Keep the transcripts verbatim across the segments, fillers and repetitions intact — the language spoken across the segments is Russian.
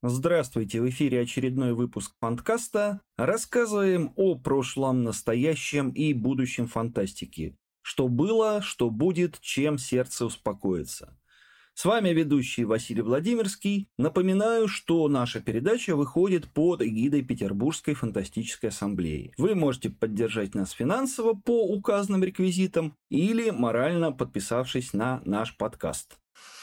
Здравствуйте, в эфире очередной выпуск подкаста. Рассказываем о прошлом, настоящем и будущем фантастики. Что было, что будет, чем сердце успокоится. С вами ведущий Василий Владимирский. Напоминаю, что наша передача выходит под эгидой Петербургской фантастической ассамблеи. Вы можете поддержать нас финансово по указанным реквизитам или морально подписавшись на наш подкаст.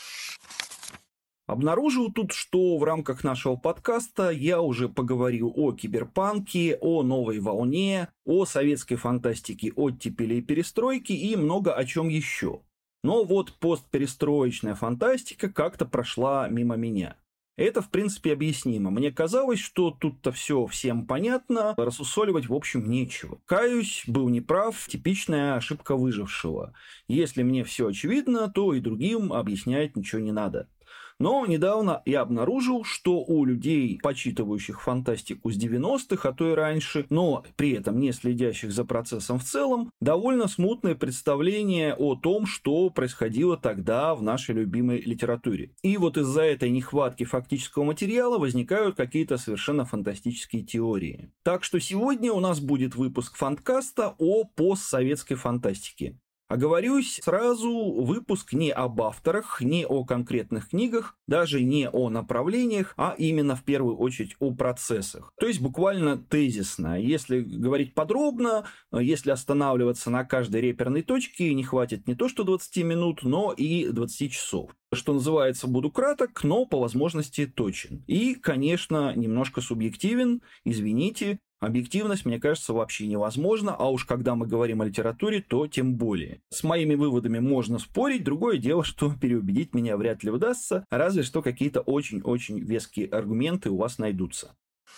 Обнаружил тут, что в рамках нашего подкаста я уже поговорил о киберпанке, о новой волне, о советской фантастике оттепели и перестройки и много о чем еще. Но вот постперестроечная фантастика как-то прошла мимо меня. Это, в принципе, объяснимо. Мне казалось, что тут-то все всем понятно, рассусоливать, в общем, нечего. Каюсь, был неправ, типичная ошибка выжившего. Если мне все очевидно, то и другим объяснять ничего не надо. Но недавно я обнаружил, что у людей, почитывающих фантастику с девяностых, а то и раньше, но при этом не следящих за процессом в целом, довольно смутное представление о том, что происходило тогда в нашей любимой литературе. И вот из-за этой нехватки фактического материала возникают какие-то совершенно фантастические теории. Так что сегодня у нас будет выпуск фанткаста о постсоветской фантастике. Оговорюсь сразу, выпуск не об авторах, не о конкретных книгах, даже не о направлениях, а именно в первую очередь о процессах. То есть буквально тезисно. Если говорить подробно, если останавливаться на каждой реперной точке, не хватит не то что двадцати минут, но и двадцати часов. Что называется, буду краток, но по возможности точен. И, конечно, немножко субъективен, извините. Объективность, мне кажется, вообще невозможна, а уж когда мы говорим о литературе, то тем более. С моими выводами можно спорить, другое дело, что переубедить меня вряд ли удастся, разве что какие-то очень-очень веские аргументы у вас найдутся.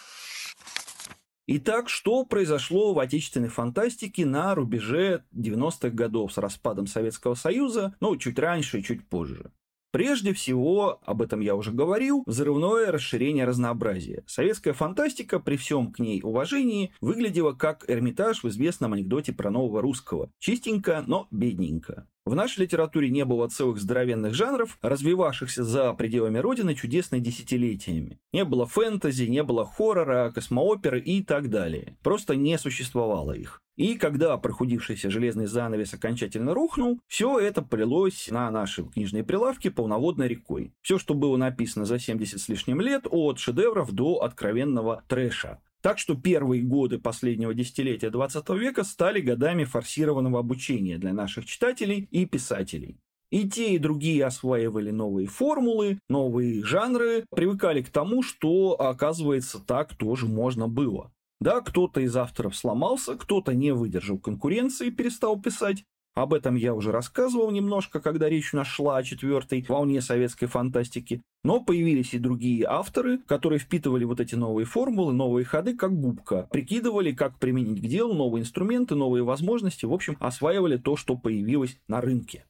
Итак, что произошло в отечественной фантастике на рубеже девяностых годов с распадом Советского Союза, ну, чуть раньше и чуть позже? Прежде всего, об этом я уже говорил, взрывное расширение разнообразия. Советская фантастика, при всем к ней уважении, выглядела как Эрмитаж в известном анекдоте про нового русского. Чистенько, но бедненько. В нашей литературе не было целых здоровенных жанров, развивавшихся за пределами Родины чудесными десятилетиями. Не было фэнтези, не было хоррора, космооперы и так далее. Просто не существовало их. И когда прохудившийся железный занавес окончательно рухнул, все это полилось на наши книжные прилавки полноводной рекой. Все, что было написано за семьдесят с лишним лет, от шедевров до откровенного трэша. Так что первые годы последнего десятилетия двадцатого века стали годами форсированного обучения для наших читателей и писателей. И те, и другие осваивали новые формулы, новые жанры, привыкали к тому, что, оказывается, так тоже можно было. Да, кто-то из авторов сломался, кто-то не выдержал конкуренции и перестал писать. Об этом я уже рассказывал немножко, когда речь шла о четвертой волне советской фантастики. Но появились и другие авторы, которые впитывали вот эти новые формулы, новые ходы, как губка. Прикидывали, как применить к делу новые инструменты, новые возможности. В общем, осваивали то, что появилось на рынке.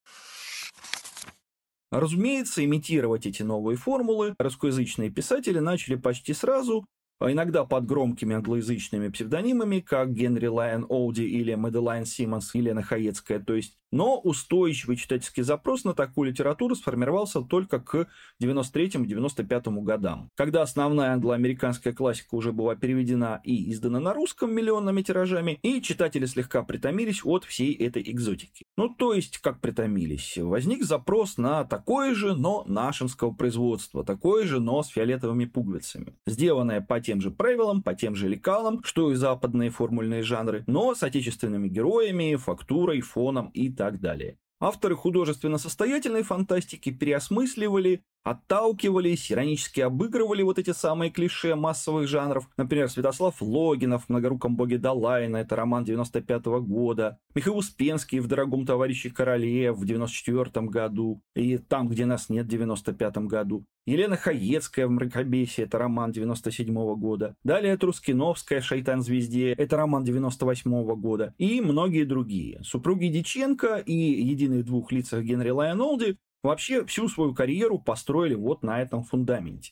Разумеется, имитировать эти новые формулы русскоязычные писатели начали почти сразу, а иногда под громкими англоязычными псевдонимами, как Генри Лайон Олди или Мэдэлайн Симмонс, Елена Хаецкая, то есть. Но устойчивый читательский запрос на такую литературу сформировался только к девяносто третьему — девяносто пятому годам, когда основная англоамериканская классика уже была переведена и издана на русском миллионными тиражами, и читатели слегка притомились от всей этой экзотики. Ну, то есть, как притомились? Возник запрос на такое же, но нашинского производства, такое же, но с фиолетовыми пуговицами, сделанное по тем же правилам, по тем же лекалам, что и западные формульные жанры, но с отечественными героями, фактурой, фоном и так далее. Авторы художественно состоятельной фантастики переосмысливали, отталкивались, иронически обыгрывали вот эти самые клише массовых жанров. Например, Святослав Логинов в «Многоруком боге Далайна», это роман девяносто пятого года. Михаил Успенский в «Дорогом товарище короле» в девяносто четвёртом году. И «Там, где нас нет» в девяносто пятом году. Елена Хаецкая в «Мракобесие», это роман девяносто седьмого года. Далее Трускиновская в «Шайтан-звезде», это роман девяносто восьмого года. И многие другие. Супруги Дьяченко и «Единые в двух лицах» Генри Лайон Олди вообще всю свою карьеру построили вот на этом фундаменте.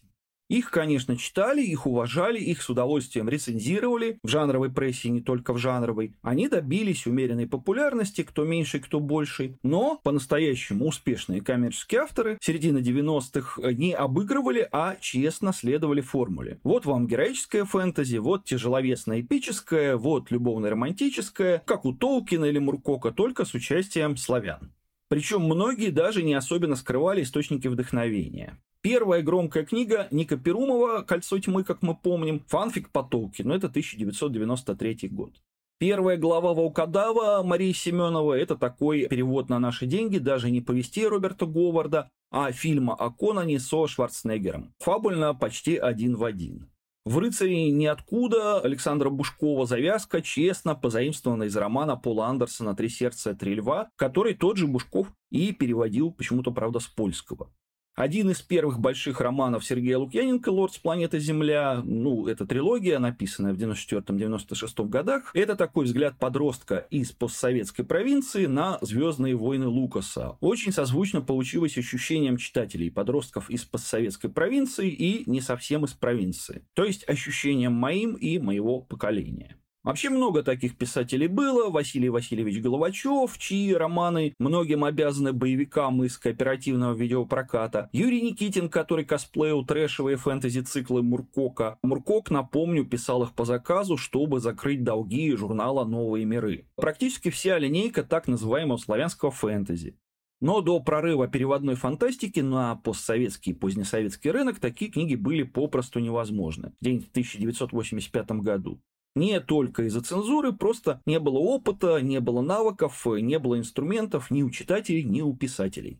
Их, конечно, читали, их уважали, их с удовольствием рецензировали в жанровой прессе, не только в жанровой. Они добились умеренной популярности, кто меньше, кто больше. Но по-настоящему успешные коммерческие авторы середины девяностых не обыгрывали, а честно следовали формуле. Вот вам героическое фэнтези, вот тяжеловесное эпическое, вот любовно-романтическое, как у Толкина или Муркока, только с участием славян. Причем многие даже не особенно скрывали источники вдохновения. Первая громкая книга Ника Перумова «Кольцо тьмы», как мы помним, фанфик по Толкину, это тысяча девятьсот девяносто третий год. Первая глава «Волкодава» Марии Семеновой – это такой перевод на наши деньги, даже не повести Роберта Говарда, а фильма о Конане со Шварценеггером. Фабульно почти один в один. В «Рыцаре ниоткуда» Александра Бушкова завязка честно позаимствована из романа Пола Андерсона «Три сердца, три льва», который тот же Бушков и переводил, почему-то, правда, с польского. Один из первых больших романов Сергея Лукьяненко «Лорд с планеты Земля», ну, это трилогия, написанная в девяносто четвёртом — девяносто шестом годах, это такой взгляд подростка из постсоветской провинции на «Звездные войны» Лукаса. Очень созвучно получилось ощущением читателей, подростков из постсоветской провинции и не совсем из провинции. То есть ощущением моим и моего поколения. Вообще много таких писателей было. Василий Васильевич Головачев, чьи романы многим обязаны боевикам из кооперативного видеопроката. Юрий Никитин, который косплеил трэшевые фэнтези-циклы Муркока. Муркок, напомню, писал их по заказу, чтобы закрыть долги журнала «Новые миры». Практически вся линейка так называемого славянского фэнтези. Но до прорыва переводной фантастики на постсоветский и позднесоветский рынок такие книги были попросту невозможны. Где-нибудь в тысяча девятьсот восемьдесят пятом году. Не только из-за цензуры, просто не было опыта, не было навыков, не было инструментов ни у читателей, ни у писателей.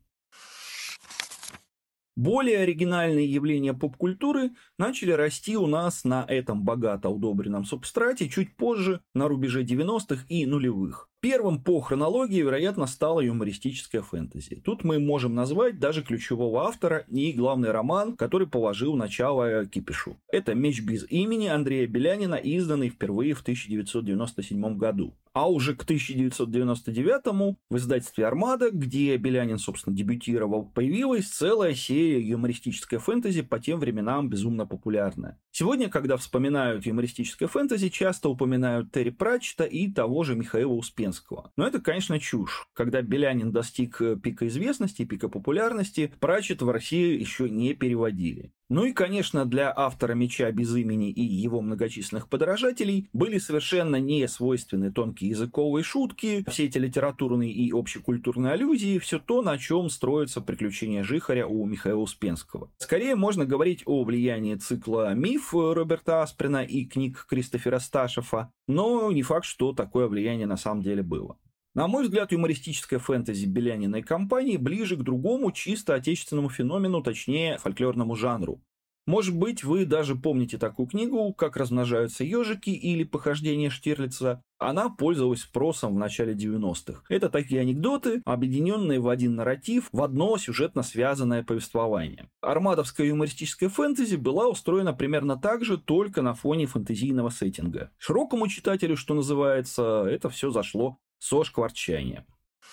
Более оригинальные явления поп-культуры начали расти у нас на этом богато удобренном субстрате чуть позже, на рубеже девяностых и нулевых. Первым по хронологии, вероятно, стало юмористическое фэнтези. Тут мы можем назвать даже ключевого автора и главный роман, который положил начало кипишу. Это «Меч без имени» Андрея Белянина, изданный впервые в тысяча девятьсот девяносто седьмом году. А уже к тысяча девятьсот девяносто девятому в издательстве «Армада», где Белянин, собственно, дебютировал, появилась целая серия юмористической фэнтези, по тем временам безумно популярная. Сегодня, когда вспоминают юмористическое фэнтези, часто упоминают Терри Пратчетта и того же Михаила Успенского. Но это, конечно, чушь. Когда Белянин достиг пика известности, пика популярности, Пратчетта в России еще не переводили. Ну и, конечно, для автора «Меча без имени» и его многочисленных подражателей были совершенно не свойственны тонкие языковые шутки, все эти литературные и общекультурные аллюзии, все то, на чем строятся приключения Жихаря у Михаила Успенского. Скорее можно говорить о влиянии цикла «Миф» Роберта Асприна и книг Кристофера Сташефа, но не факт, что такое влияние на самом деле было. На мой взгляд, юмористическое фэнтези Белянина и компании ближе к другому чисто отечественному феномену, точнее фольклорному жанру. Может быть, вы даже помните такую книгу, как «Размножаются ежики» или «Похождения Штирлица». Она пользовалась спросом в начале девяностых. Это такие анекдоты, объединенные в один нарратив, в одно сюжетно связанное повествование. Армадовская юмористическая фэнтези была устроена примерно так же, только на фоне фэнтезийного сеттинга. Широкому читателю, что называется, это все зашло со шкварчанием.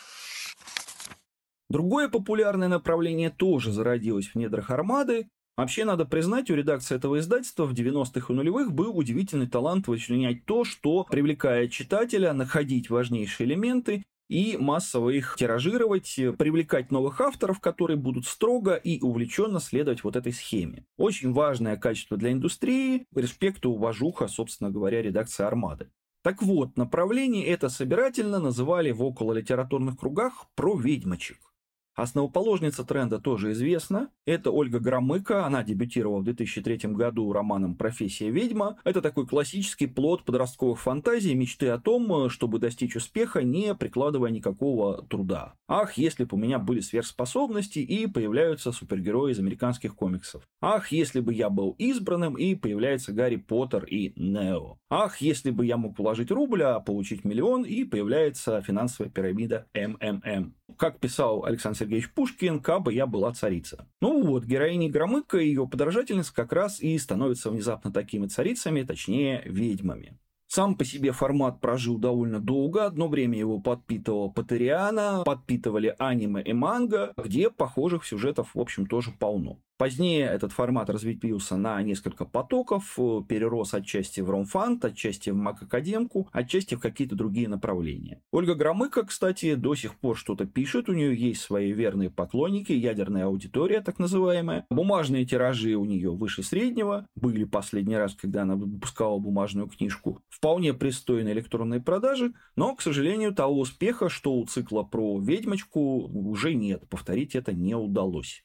Другое популярное направление тоже зародилось в недрах Армады. Вообще, надо признать, у редакции этого издательства в девяностых и нулевых был удивительный талант вычленять то, что привлекает читателя, находить важнейшие элементы и массово их тиражировать, привлекать новых авторов, которые будут строго и увлеченно следовать вот этой схеме. Очень важное качество для индустрии, респект и уважуха, собственно говоря, редакции Армады. Так вот, направление это собирательно называли в окололитературных кругах про ведьмочек. Основоположница тренда тоже известна. Это Ольга Громыко. Она дебютировала в две тысячи третьем году романом «Профессия ведьма». Это такой классический плод подростковых фантазий, мечты о том, чтобы достичь успеха, не прикладывая никакого труда. Ах, если бы у меня были сверхспособности, и появляются супергерои из американских комиксов. Ах, если бы я был избранным, и появляется Гарри Поттер и Нео. Ах, если бы я мог вложить рубль, а получить миллион, и появляется финансовая пирамида эм эм эм. Как писал Александр Сергеевич Пушкин, «Кабы я была царица». Ну вот, героини Громыко и ее подражательниц как раз и становятся внезапно такими царицами, точнее, ведьмами. Сам по себе формат прожил довольно долго, одно время его подпитывал Поттериана, подпитывали аниме и манга, где похожих сюжетов, в общем, тоже полно. Позднее этот формат развился на несколько потоков, перерос отчасти в ромфант, отчасти в мак-академку, отчасти в какие-то другие направления. Ольга Громыко, кстати, до сих пор что-то пишет, у нее есть свои верные поклонники, ядерная аудитория так называемая. Бумажные тиражи у нее выше среднего, были последний раз, когда она выпускала бумажную книжку. Вполне пристойные электронные продажи, но, к сожалению, того успеха, что у цикла про ведьмочку, уже нет, повторить это не удалось.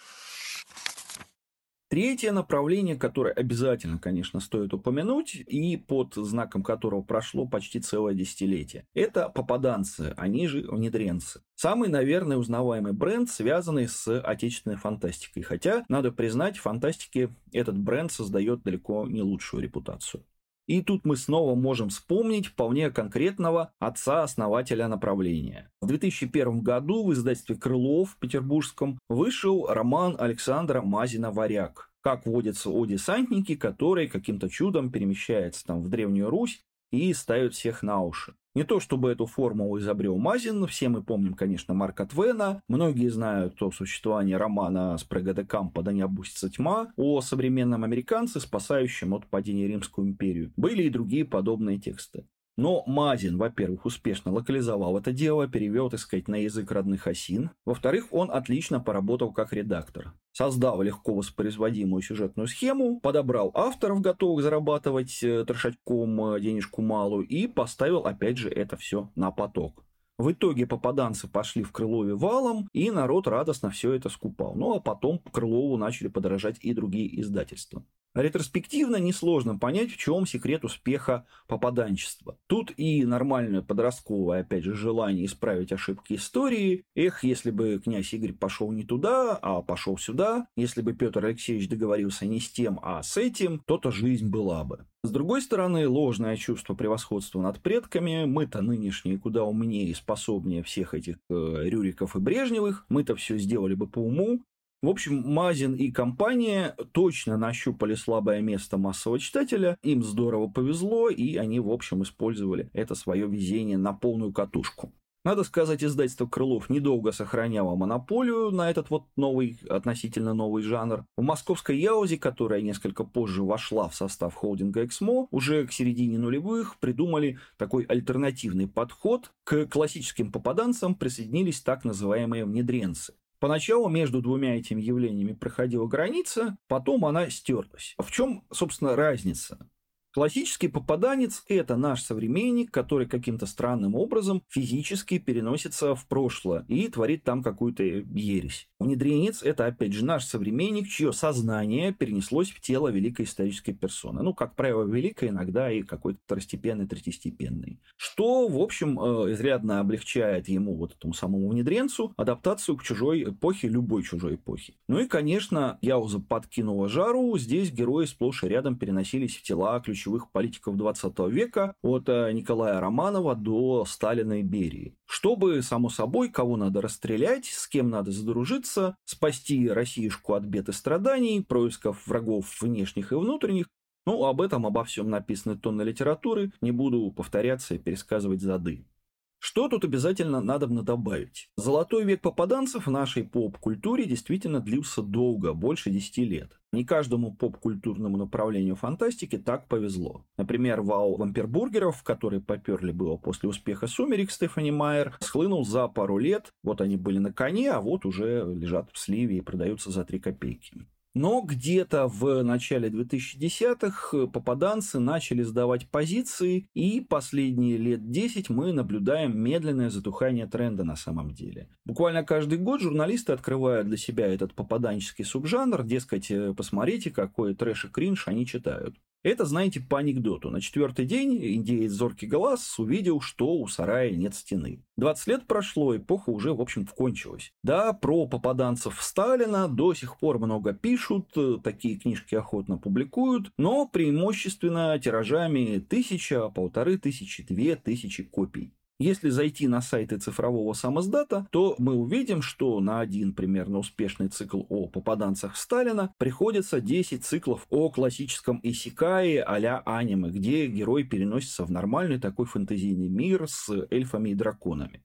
Третье направление, которое обязательно, конечно, стоит упомянуть, и под знаком которого прошло почти целое десятилетие, это попаданцы, они же внедренцы. Самый, наверное, узнаваемый бренд, связанный с отечественной фантастикой. Хотя, надо признать, в фантастике этот бренд создает далеко не лучшую репутацию. И тут мы снова можем вспомнить вполне конкретного отца-основателя направления. В две тысячи первом году в издательстве «Крылов» в петербургском вышел роман Александра Мазина «Варяг». Как водятся о десантнике, который каким-то чудом перемещается там в Древнюю Русь и ставит всех на уши. Не то чтобы эту формулу изобрел Мазин, все мы помним, конечно, Марка Твена, многие знают о существовании романа Спрего де Кампо «Да не опустится тьма», о современном американце, спасающем от падения Римскую империю. Были и другие подобные тексты. Но Мазин, во-первых, успешно локализовал это дело, перевел, так сказать, на язык родных осин. Во-вторых, он отлично поработал как редактор. Создал легко воспроизводимую сюжетную схему, подобрал авторов, готовых зарабатывать трешачком денежку малую, и поставил, опять же, это все на поток. В итоге попаданцы пошли в Крылове валом, и народ радостно все это скупал. Ну а потом к Крылову начали подорожать и другие издательства. Ретроспективно несложно понять, в чем секрет успеха попаданчества. Тут и нормальное подростковое, опять же, желание исправить ошибки истории. Эх, если бы князь Игорь пошел не туда, а пошел сюда, если бы Петр Алексеевич договорился не с тем, а с этим, то-то жизнь была бы. С другой стороны, ложное чувство превосходства над предками. Мы-то нынешние куда умнее и способнее всех этих э, Рюриков и Брежневых. Мы-то все сделали бы по уму. В общем, Мазин и компания точно нащупали слабое место массового читателя, им здорово повезло, и они, в общем, использовали это свое везение на полную катушку. Надо сказать, издательство «Крылов» недолго сохраняло монополию на этот вот новый, относительно новый жанр. В московской «Яузе», которая несколько позже вошла в состав холдинга «Эксмо», уже к середине нулевых придумали такой альтернативный подход. К классическим попаданцам присоединились так называемые внедренцы. Поначалу между двумя этими явлениями проходила граница, потом она стерлась. В чем, собственно, разница? Классический попаданец – это наш современник, который каким-то странным образом физически переносится в прошлое и творит там какую-то ересь. Внедренец – это, опять же, наш современник, чье сознание перенеслось в тело великой исторической персоны. Ну, как правило, великой, иногда и какой-то второстепенной, третьестепенной. Что, в общем, изрядно облегчает ему, вот этому самому внедренцу, адаптацию к чужой эпохе, любой чужой эпохе. Ну и, конечно, Яуза подкинула жару, здесь герои сплошь и рядом переносились в тела ключевых ключевых политиков двадцатого века, от Николая Романова до Сталина и Берии. Чтобы, само собой, кого надо расстрелять, с кем надо задружиться, спасти Россиюшку от бед и страданий, происков врагов внешних и внутренних. Ну, об этом, обо всем написаны тонны литературы, не буду повторяться и пересказывать зады. Что тут обязательно надобно добавить? Золотой век попаданцев в нашей поп-культуре действительно длился долго, больше десяти лет. Не каждому поп-культурному направлению фантастики так повезло. Например, вал вампирбургеров, которые поперли было после успеха «Сумерек» Стефани Майер, схлынул за пару лет. Вот они были на коне, а вот уже лежат в сливе и продаются за три копейки. Но где-то в начале двухтысячных попаданцы начали сдавать позиции, и последние лет десять мы наблюдаем медленное затухание тренда на самом деле. Буквально каждый год журналисты открывают для себя этот попаданческий субжанр, дескать, посмотрите, какой трэш и кринж они читают. Это, знаете, по анекдоту. На четвертый день индеец Зоркий Глаз увидел, что у сарая нет стены. двадцать лет прошло, эпоха уже, в общем, кончилась. Да, про попаданцев Сталина до сих пор много пишут, такие книжки охотно публикуют, но преимущественно тиражами тысяча, полторы тысячи, две тысячи копий. Если зайти на сайты цифрового самоздата, то мы увидим, что на один примерно успешный цикл о попаданцах Сталина приходится десять циклов о классическом исекае а-ля аниме, где герой переносится в нормальный такой фэнтезийный мир с эльфами и драконами.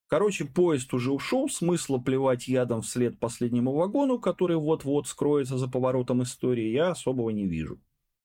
Короче, поезд уже ушел, смысла плевать ядом вслед последнему вагону, который вот-вот скроется за поворотом истории, я особого не вижу.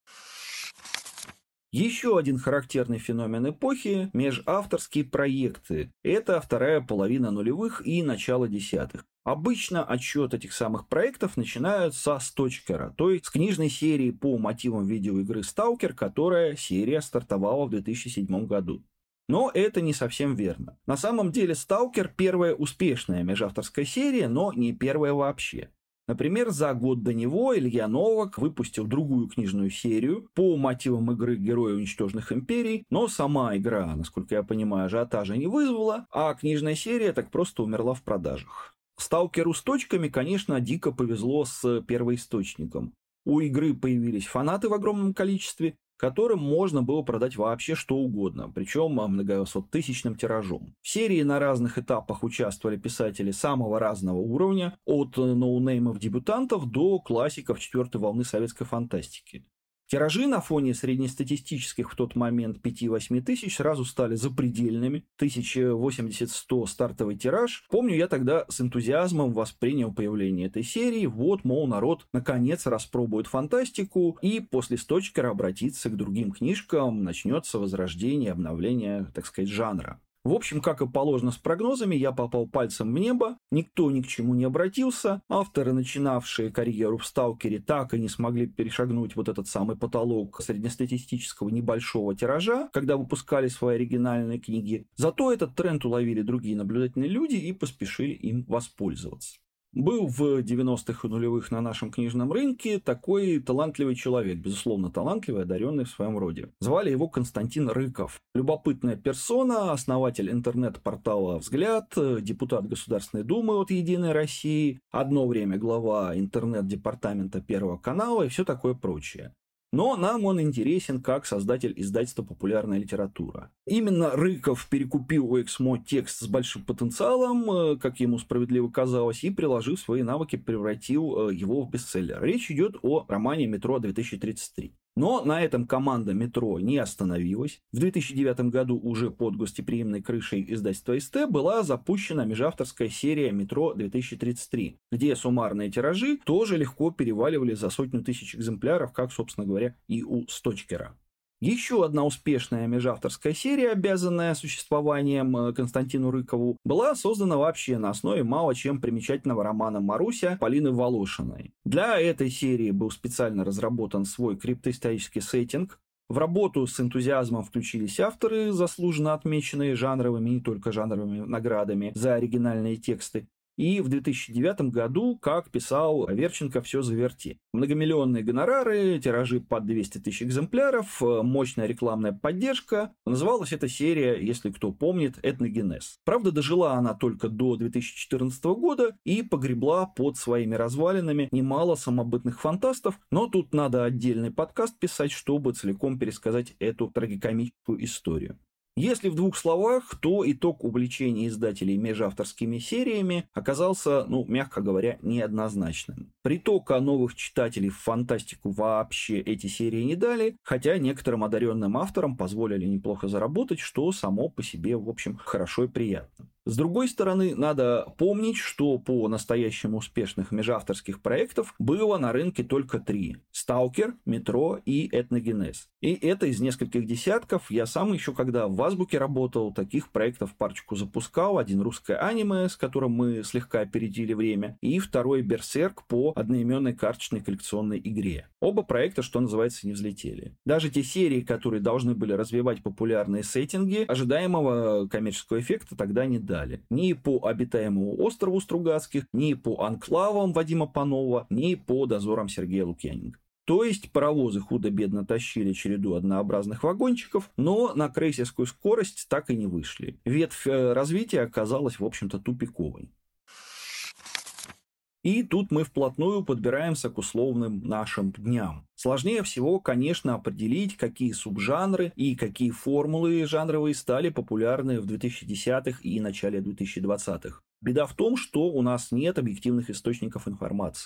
Еще один характерный феномен эпохи – межавторские проекты. Это вторая половина нулевых и начало десятых. Обычно отсчет этих самых проектов начинают со Сточкера, то есть с книжной серии по мотивам видеоигры «Сталкер», которая серия стартовала в две тысячи седьмом году. Но это не совсем верно. На самом деле «Сталкер» – первая успешная межавторская серия, но не первая вообще. Например, за год до него Илья Новак выпустил другую книжную серию по мотивам игры «Герои уничтоженных империй», но сама игра, насколько я понимаю, ажиотажа не вызвала, а книжная серия так просто умерла в продажах. «Сталкеру» с точками, конечно, дико повезло с первоисточником. У игры появились фанаты в огромном количестве, которым можно было продать вообще что угодно, причем многосоттысячным тиражом. В серии на разных этапах участвовали писатели самого разного уровня, от ноунеймов-дебютантов до классиков четвертой волны советской фантастики. Тиражи на фоне среднестатистических в тот момент пяти-восьми тысяч сразу стали запредельными. тысяча восемьдесят-сто стартовый тираж. Помню, я тогда с энтузиазмом воспринял появление этой серии. Вот, мол, народ наконец распробует фантастику и после Сточкера обратится к другим книжкам, начнется возрождение, обновление, так сказать, жанра. В общем, как и положено с прогнозами, я попал пальцем в небо, никто ни к чему не обратился, авторы, начинавшие карьеру в «Сталкере», так и не смогли перешагнуть вот этот самый потолок среднестатистического небольшого тиража, когда выпускали свои оригинальные книги. Зато этот тренд уловили другие наблюдательные люди и поспешили им воспользоваться. Был в девяностых и нулевых на нашем книжном рынке такой талантливый человек, безусловно талантливый, одаренный в своем роде. Звали его Константин Рыков. Любопытная персона, основатель интернет-портала «Взгляд», депутат Государственной Думы от «Единой России», одно время глава интернет-департамента Первого канала и все такое прочее. Но нам он интересен как создатель издательства «Популярная литература». Именно Рыков перекупил у Эксмо текст с большим потенциалом, как ему справедливо казалось, и, приложив свои навыки, превратил его в бестселлер. Речь идет о романе «Метро две тысячи тридцать три». Но на этом команда «Метро» не остановилась. В две тысячи девятом году уже под гостеприимной крышей издательства СТ была запущена межавторская серия «Метро две тысячи тридцать три», где суммарные тиражи тоже легко переваливали за сотню тысяч экземпляров, как, собственно говоря, и у Сточкера. Еще одна успешная межавторская серия, обязанная существованием Константину Рыкову, была создана вообще на основе мало чем примечательного романа «Маруся» Полины Волошиной. Для этой серии был специально разработан свой криптоисторический сеттинг. В работу с энтузиазмом включились авторы, заслуженно отмеченные жанровыми и не только жанровыми наградами за оригинальные тексты. И в две тысячи девятом году, как писал Аверченко, все заверти. Многомиллионные гонорары, тиражи под двести тысяч экземпляров, мощная рекламная поддержка. Называлась эта серия, если кто помнит, «Этногенез». Правда, дожила она только до две тысячи четырнадцатого года и погребла под своими развалинами немало самобытных фантастов, но тут надо отдельный подкаст писать, чтобы целиком пересказать эту трагикомическую историю. Если в двух словах, то итог увлечения издателей межавторскими сериями оказался, ну, мягко говоря, неоднозначным. Притока новых читателей в фантастику вообще эти серии не дали, хотя некоторым одаренным авторам позволили неплохо заработать, что само по себе, в общем, хорошо и приятно. С другой стороны, надо помнить, что по настоящему успешных межавторских проектов было на рынке только три – «Сталкер», «Метро» и «Этногенез». И это из нескольких десятков. Я сам еще, когда в Азбуке работал, таких проектов парочку запускал. Один русское аниме, с которым мы слегка опередили время, и второй «Берсерк» по одноименной карточной коллекционной игре. Оба проекта, что называется, не взлетели. Даже те серии, которые должны были развивать популярные сеттинги, ожидаемого коммерческого эффекта тогда не дали. Ни по «Обитаемому острову» Стругацких, ни по «Анклавам» Вадима Панова, ни по «Дозорам» Сергея Лукьяненко. То есть паровозы худо-бедно тащили череду однообразных вагончиков, но на крейсерскую скорость так и не вышли. Ветвь развития оказалась, в общем-то, тупиковой. И тут мы вплотную подбираемся к условным нашим дням. Сложнее всего, конечно, определить, какие субжанры и какие формулы жанровые стали популярны в две тысячи десятых и начале две тысячи двадцатых. Беда в том, что у нас нет объективных источников информации.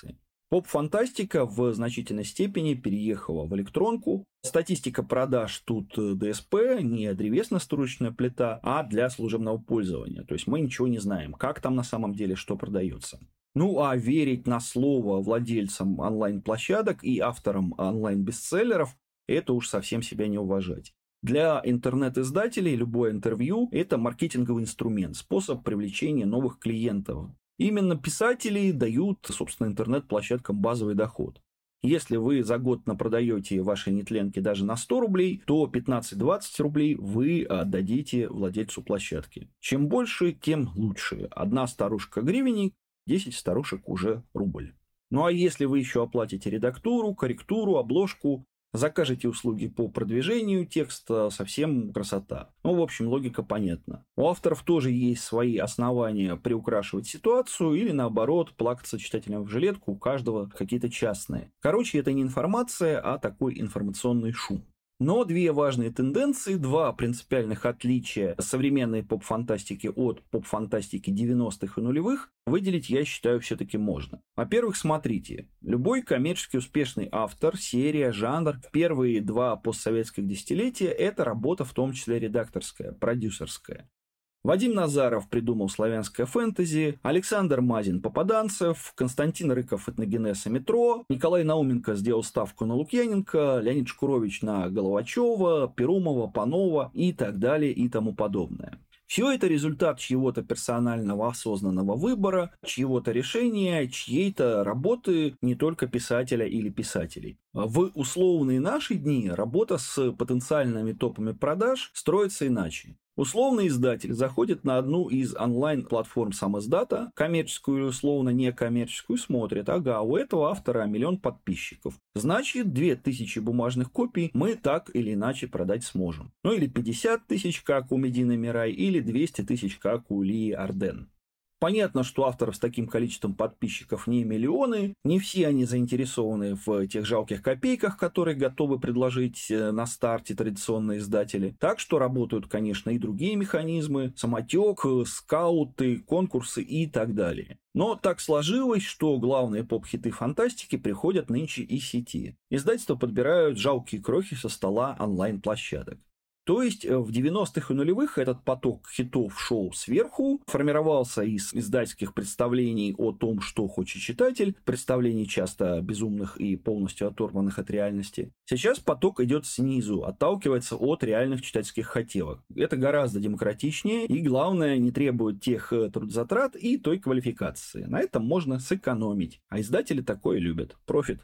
Поп-фантастика в значительной степени переехала в электронку. Статистика продаж тут ДСП, не древесно-стружечная плита, а для служебного пользования. То есть мы ничего не знаем, как там на самом деле что продается. Ну а верить на слово владельцам онлайн-площадок и авторам онлайн-бестселлеров – это уж совсем себя не уважать. Для интернет-издателей любое интервью – это маркетинговый инструмент, способ привлечения новых клиентов. Именно писатели дают, собственно, интернет-площадкам базовый доход. Если вы за год напродаете ваши нетленки даже на сто рублей, то пятнадцать-двадцать рублей вы отдадите владельцу площадки. Чем больше, тем лучше. Одна старушка гривенник, десять старушек уже рубль. Ну а если вы еще оплатите редактуру, корректуру, обложку, закажете услуги по продвижению текста, совсем красота. Ну, в общем, логика понятна. У авторов тоже есть свои основания приукрашивать ситуацию или, наоборот, плакаться читателям в жилетку, у каждого какие-то частные. Короче, это не информация, а такой информационный шум. Но две важные тенденции, два принципиальных отличия современной поп-фантастики от поп-фантастики девяностых и нулевых выделить, я считаю, все-таки можно. Во-первых, смотрите, любой коммерчески успешный автор, серия, жанр в первые два постсоветских десятилетия – это работа в том числе редакторская, продюсерская. Вадим Назаров придумал славянское фэнтези, Александр Мазин – Попаданцев, Константин Рыков – Этногенез и метро, Николай Науменко сделал ставку на Лукьяненко, Леонид Шкурович на Головачева, Перумова, Панова и так далее и тому подобное. Все это результат чьего-то персонального осознанного выбора, чьего-то решения, чьей-то работы, не только писателя или писателей. В условные наши дни работа с потенциальными топами продаж строится иначе. Условный издатель заходит на одну из онлайн-платформ самиздата, коммерческую или условно некоммерческую, смотрит, ага, у этого автора миллион подписчиков. Значит, две тысячи бумажных копий мы так или иначе продать сможем. Ну или пятьдесят тысяч, как у Медины Мирай, или двести тысяч, как у Лии Арден. Понятно, что авторов с таким количеством подписчиков не миллионы, не все они заинтересованы в тех жалких копейках, которые готовы предложить на старте традиционные издатели. Так что работают, конечно, и другие механизмы, самотек, скауты, конкурсы и так далее. Но так сложилось, что главные поп-хиты фантастики приходят нынче из сети. Издательства подбирают жалкие крохи со стола онлайн-площадок. То есть в девяностых и нулевых этот поток хитов шел сверху, формировался из издательских представлений о том, что хочет читатель, представлений часто безумных и полностью оторванных от реальности. Сейчас поток идет снизу, отталкивается от реальных читательских хотелок. Это гораздо демократичнее и, главное, не требует тех трудозатрат и той квалификации. На этом можно сэкономить. А издатели такое любят. Профит.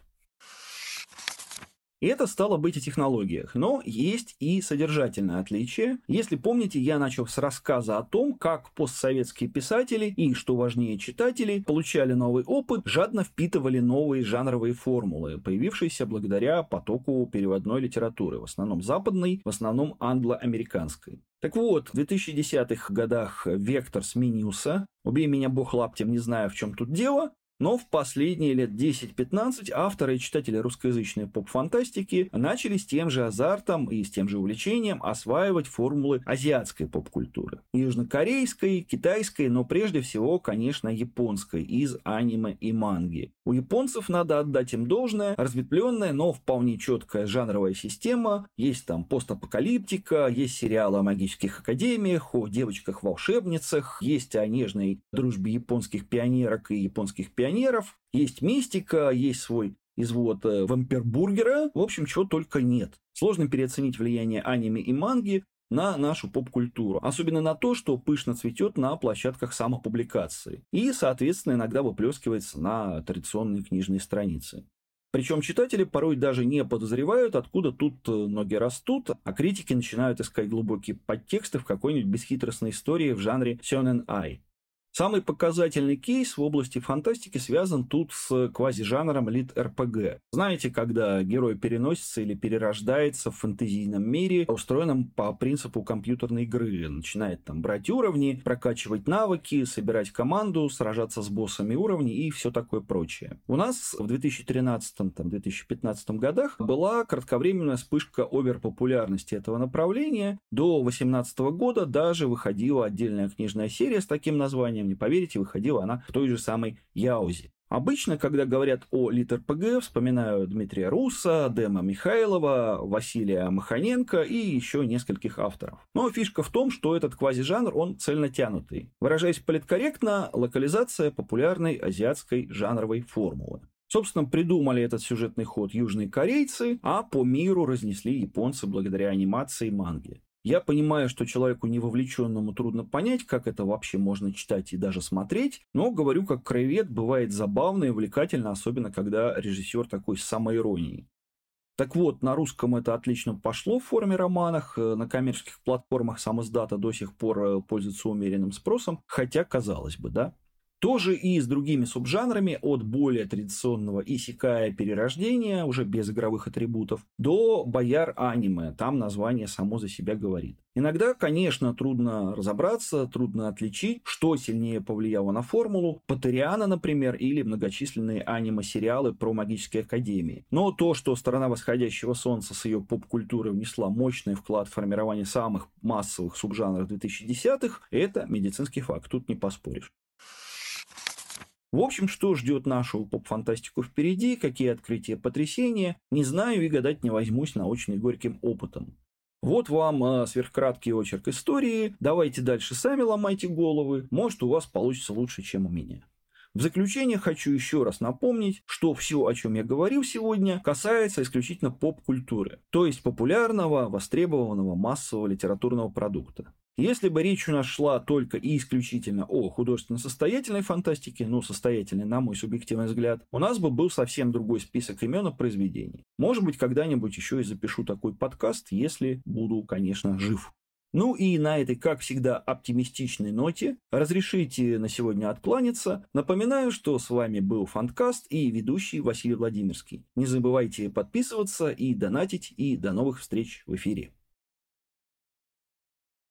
И это стало быть о технологиях, но есть и содержательное отличие. Если помните, я начал с рассказа о том, как постсоветские писатели и, что важнее, читатели получали новый опыт, жадно впитывали новые жанровые формулы, появившиеся благодаря потоку переводной литературы, в основном западной, в основном англо-американской. Так вот, в две тысячи десятых годах вектор сменился. Убей меня бог лаптем, не знаю, в чем тут дело. Но в последние лет десять-пятнадцать авторы и читатели русскоязычной поп-фантастики начали с тем же азартом и с тем же увлечением осваивать формулы азиатской поп-культуры. Южнокорейской, китайской, но прежде всего, конечно, японской, из аниме и манги. У японцев, надо отдать им должное, разветвленная, но вполне четкая жанровая система. Есть там постапокалиптика, есть сериалы о магических академиях, о девочках-волшебницах, есть о нежной дружбе японских пионерок и японских пионеров. Пионеров, есть мистика, есть свой извод вампирбургера, в общем, чего только нет. Сложно переоценить влияние аниме и манги на нашу поп-культуру, особенно на то, что пышно цветет на площадках самопубликации и, соответственно, иногда выплескивается на традиционные книжные страницы. Причем читатели порой даже не подозревают, откуда тут ноги растут, а критики начинают искать глубокие подтексты в какой-нибудь бесхитростной истории в жанре сёнэн ай. Самый показательный кейс в области фантастики связан тут с квазижанром лит-эр пи джи. Знаете, когда герой переносится или перерождается в фэнтезийном мире, устроенном по принципу компьютерной игры. Начинает там брать уровни, прокачивать навыки, собирать команду, сражаться с боссами уровней и все такое прочее. У нас в две тысячи тринадцатом - две тысячи пятнадцатом годах была кратковременная вспышка оверпопулярности этого направления. До две тысячи восемнадцатого года даже выходила отдельная книжная серия с таким названием. Не поверите, выходила она в той же самой Яузе. Обычно, когда говорят о лит-эр пэ гэ, вспоминаю Дмитрия Руssa, Дэма Михайлова, Василия Маханенко и еще нескольких авторов. Но фишка в том, что этот квазижанр, он цельнотянутый. Выражаясь политкорректно, локализация популярной азиатской жанровой формулы. Собственно, придумали этот сюжетный ход южные корейцы, а по миру разнесли японцы благодаря анимации и манге. Я понимаю, что человеку невовлеченному трудно понять, как это вообще можно читать и даже смотреть, но говорю как краевед, бывает забавно и увлекательно, особенно когда режиссер такой с самоиронией. Так вот, на русском это отлично пошло в форме романах, на коммерческих платформах сам издата до сих пор пользуется умеренным спросом, хотя казалось бы, да? Тоже и с другими субжанрами, от более традиционного исекая перерождения, уже без игровых атрибутов, до бояр аниме, там название само за себя говорит. Иногда, конечно, трудно разобраться, трудно отличить, что сильнее повлияло на формулу, Патериана, например, или многочисленные аниме-сериалы про магические академии. Но то, что «Сторона восходящего солнца» с ее поп-культурой внесла мощный вклад в формирование самых массовых субжанров две тысячи десятых, это медицинский факт, тут не поспоришь. В общем, что ждет нашу поп-фантастику впереди, какие открытия, потрясения, не знаю и гадать не возьмусь научно и горьким опытом. Вот вам э, сверхкраткий очерк истории, давайте дальше сами ломайте головы, может у вас получится лучше, чем у меня. В заключение хочу еще раз напомнить, что все, о чем я говорил сегодня, касается исключительно поп-культуры, то есть популярного, востребованного массового литературного продукта. Если бы речь у нас шла только и исключительно о художественно состоятельной фантастике, ну, состоятельной, на мой субъективный взгляд, у нас бы был совсем другой список имен и произведений. Может быть, когда-нибудь еще и запишу такой подкаст, если буду, конечно, жив. Ну и на этой, как всегда, оптимистичной ноте разрешите на сегодня откланяться. Напоминаю, что с вами был Фанткаст и ведущий Василий Владимирский. Не забывайте подписываться и донатить, и до новых встреч в эфире.